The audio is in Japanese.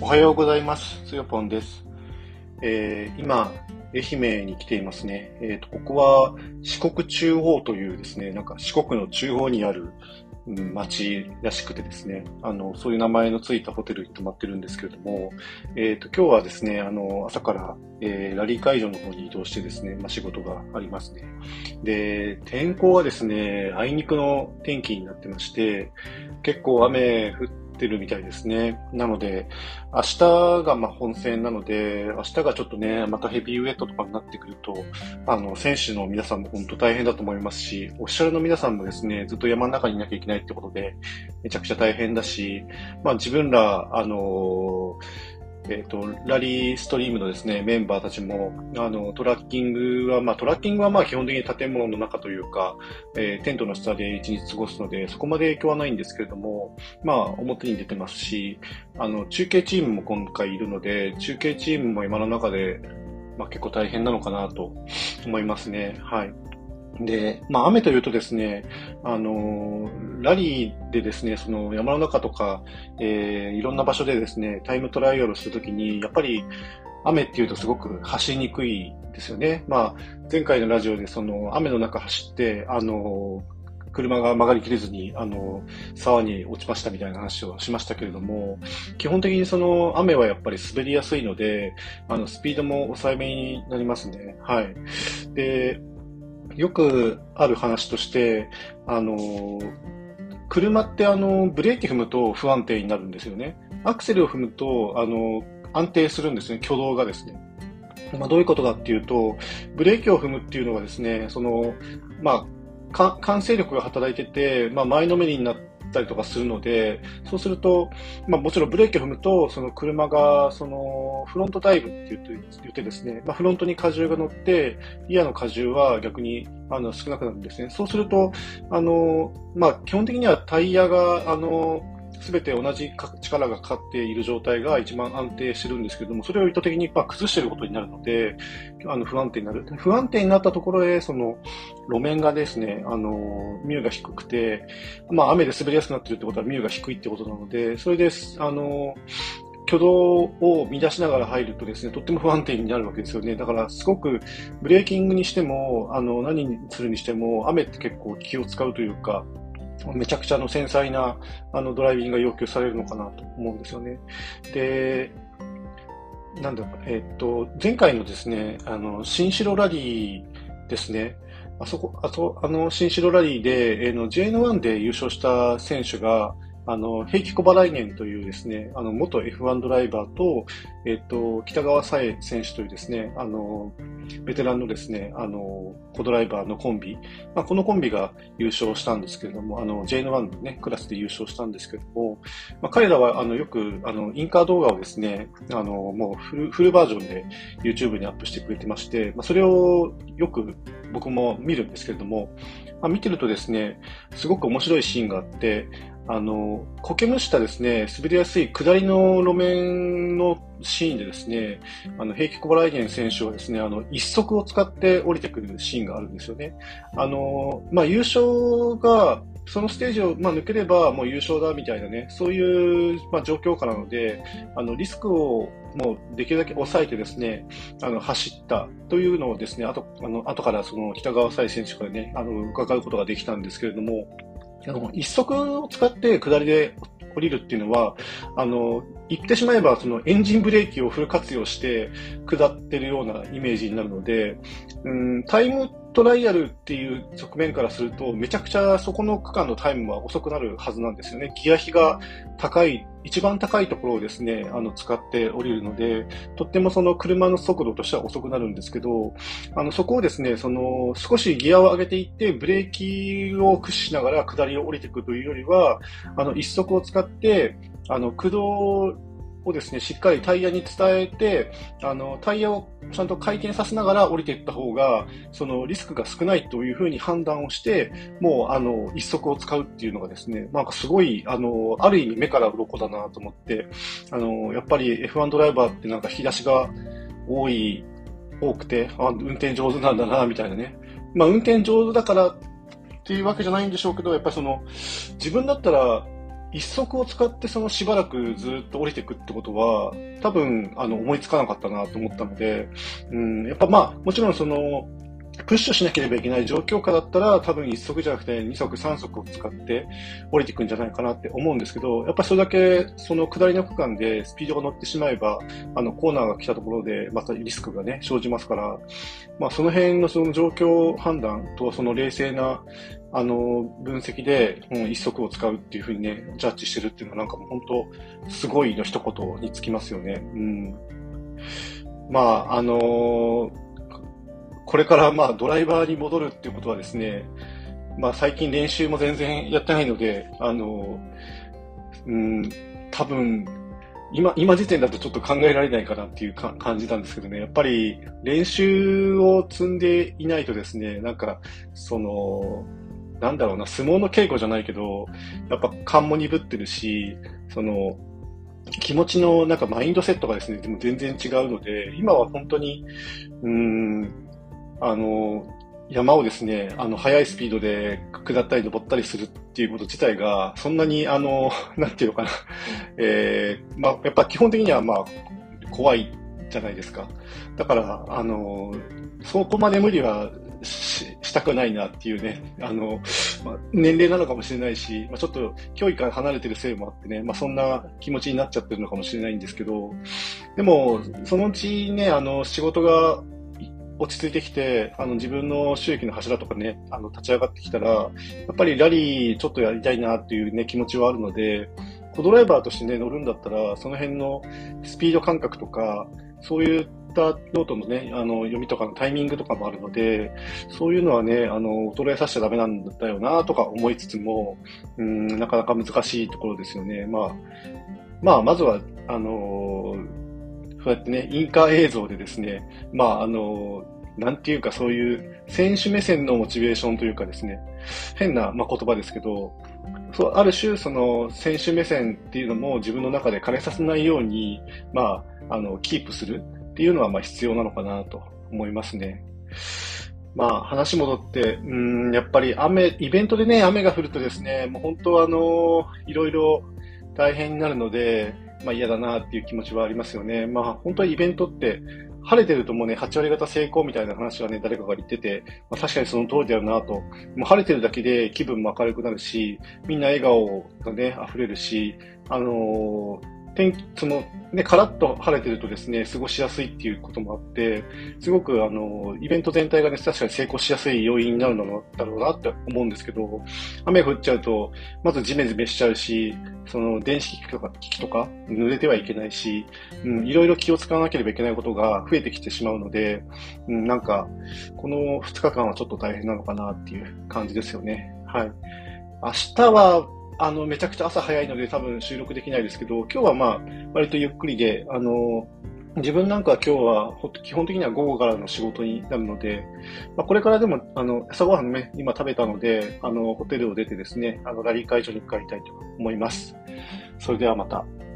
はようございます。つよぽんです。今、愛媛に来ていますね。ここは四国中央というですね、なんか四国の中央にある町らしくてですね、そういう名前のついたホテルに泊まってるんですけれども、今日はですね、朝から、ラリー会場の方に移動してですね、仕事がありますね。で、天候はですね、あいにくの天気になってまして、結構雨降ってるみたいですね。なので、明日が本戦なので、明日がちょっとね、またヘビーウェットとかになってくると、選手の皆さんも本当大変だと思いますし、オフィシャルの皆さんもですね、ずっと山の中にいなきゃいけないってことで、めちゃくちゃ大変だし、自分ら、ラリーストリームのですね、メンバーたちも、トラッキングは基本的に建物の中というか、テントの下で一日過ごすので、そこまで影響はないんですけれども、表に出てますし、中継チームも今回いるので、中継チームも今の中で、結構大変なのかなと思いますね。はい。で、雨というとですね、ラリーでですね、その山の中とか、いろんな場所でですね、タイムトライアルをするときに、やっぱり雨っていうとすごく走りにくいですよね。前回のラジオでその雨の中走って、車が曲がりきれずに、沢に落ちましたみたいな話をしましたけれども、基本的にその雨はやっぱり滑りやすいので、スピードも抑えめになりますね。はい。で、よくある話として、車ってブレーキ踏むと不安定になるんですよね。アクセルを踏むと、安定するんですね、挙動がですね。どういうことかっていうと、ブレーキを踏むっていうのはですね、慣性力が働いてて、前のめりになったりとかするので、そうすると、もちろんブレーキを踏むと、その車が、フロントダイブって言ってですね、フロントに荷重が乗って、リアの荷重は逆に、少なくなるんですね。そうすると、基本的にはタイヤが、すべて同じ力がかかっている状態が一番安定してるんですけれども、それを意図的に崩していることになるので、不安定になる。不安定になったところへ、その、路面がですね、ミューが低くて、雨で滑りやすくなっているってことはミューが低いってことなので、それで、挙動を乱しながら入るとですね、とっても不安定になるわけですよね。だからすごくブレーキングにしても、何にするにしても、雨って結構気を使うというか、めちゃくちゃ繊細なドライビングが要求されるのかなと思うんですよね。で、前回のですね、新城ラリーですね。新城ラリーで、JN1 で優勝した選手が、平木小払年というですね、元 F1 ドライバーと、北川紗恵選手というですね、ベテランのですね、コドライバーのコンビ、このコンビが優勝したんですけれども、JN1 のね、クラスで優勝したんですけれども、彼らは、よく、インカー動画をですね、もうフルバージョンで YouTube にアップしてくれてまして、それをよく僕も見るんですけれども、見てるとですね、すごく面白いシーンがあって、苔むしたですね、滑りやすい下りの路面のシーンでですね、平木小払年選手はですね、一足を使って降りてくるシーンがあるんですよね。優勝が、そのステージを、抜ければもう優勝だみたいなね、そういう、状況下なので、リスクをもうできるだけ抑えてですね、走ったというのをですね、後からその北川紗恵選手からね、伺うことができたんですけれども、一足を使って下りで降りるっていうのは、言ってしまえばそのエンジンブレーキをフル活用して下ってるようなイメージになるので、タイムトライアルっていう側面からすると、めちゃくちゃそこの区間のタイムは遅くなるはずなんですよね。ギア比が一番高いところをですね、使って降りるので、とってもその車の速度としては遅くなるんですけど、そこをですね、少しギアを上げていって、ブレーキを駆使しながら下りを降りていくというよりは、一足を使って、駆動をですね、しっかりタイヤに伝えて、タイヤをちゃんと回転させながら降りていった方が、そのリスクが少ないというふうに判断をして、もう、一足を使うっていうのがですね、すごい、ある意味目から鱗だなと思って、やっぱり F1 ドライバーってなんか引き出しが多くて、運転上手なんだな、みたいなね。運転上手だからっていうわけじゃないんでしょうけど、やっぱり自分だったら、 一足を使ってそのしばらくずっと降りていくってことは、多分、思いつかなかったなと思ったので、やっぱまあ、もちろんその、プッシュしなければいけない状況下だったら、多分一足じゃなくて二足三足を使って降りていくんじゃないかなって思うんですけど、やっぱりそれだけその下りの区間でスピードが乗ってしまえば、コーナーが来たところでまたリスクがね、生じますから、まあその辺のその状況判断とその冷静な、分析で、一足を使うっていうふうにね、ジャッジしてるっていうのはなんかもう本当、すごいの一言につきますよね。まあ、これからまあドライバーに戻るっていうことはですね、まあ最近練習も全然やってないので、多分、今時点だとちょっと考えられないかなっていう感じなんですけどね、やっぱり練習を積んでいないとですね、なんか、なんだろうな、相撲の稽古じゃないけど、やっぱ勘も鈍ってるし、気持ちのなんかマインドセットがですね、でも全然違うので、今は本当に、山をですね、速いスピードで下ったり登ったりするっていうこと自体が、そんなに、なんていうのかな、まあ、やっぱ基本的にはまあ、怖いじゃないですか。だから、そこまで無理はしたくないなっていうね、まあ、年齢なのかもしれないし、まあ、ちょっと距離から離れてるせいもあってね、まあ、そんな気持ちになっちゃってるのかもしれないんですけど、でも、そのうちね、仕事が落ち着いてきて、自分の収益の柱とかね、立ち上がってきたら、やっぱりラリーちょっとやりたいなっていうね、気持ちはあるので、ドライバーとしてね、乗るんだったら、その辺のスピード感覚とか、そういったノートのね、読みとかのタイミングとかもあるので、そういうのはね、衰えさせちゃダメなんだよなとか思いつつも、なかなか難しいところですよね。まずは、そうやってね、インカー映像でですね、なんていうかそういう選手目線のモチベーションというかですね、変な、言葉ですけど、ある種その選手目線っていうのも自分の中で枯れさせないように、キープするっていうのは必要なのかなと思いますね。話戻って、やっぱりイベントでね、雨が降るとですね、もう本当いろいろ大変になるので、嫌だなっていう気持ちはありますよね。本当にイベントって、晴れてるともうね、8割方成功みたいな話がね、誰かが言ってて、確かにその通りだよなと。もう晴れてるだけで気分も明るくなるし、みんな笑顔がね、溢れるし、カラッと晴れてるとですね、過ごしやすいっていうこともあって、すごくイベント全体がね、確かに成功しやすい要因になるのだろうなって思うんですけど、雨が降っちゃうと、まずジメジメしちゃうし、電子機器とか濡れてはいけないし、いろいろ気を使わなければいけないことが増えてきてしまうので、なんか、この2日間はちょっと大変なのかなっていう感じですよね。はい。明日は、めちゃくちゃ朝早いので多分収録できないですけど、今日は割とゆっくりで、自分なんかは今日は基本的には午後からの仕事になるので、これからでも、朝ごはんね、今食べたので、ホテルを出てですね、ラリー会場に向かいたいと思います。それではまた。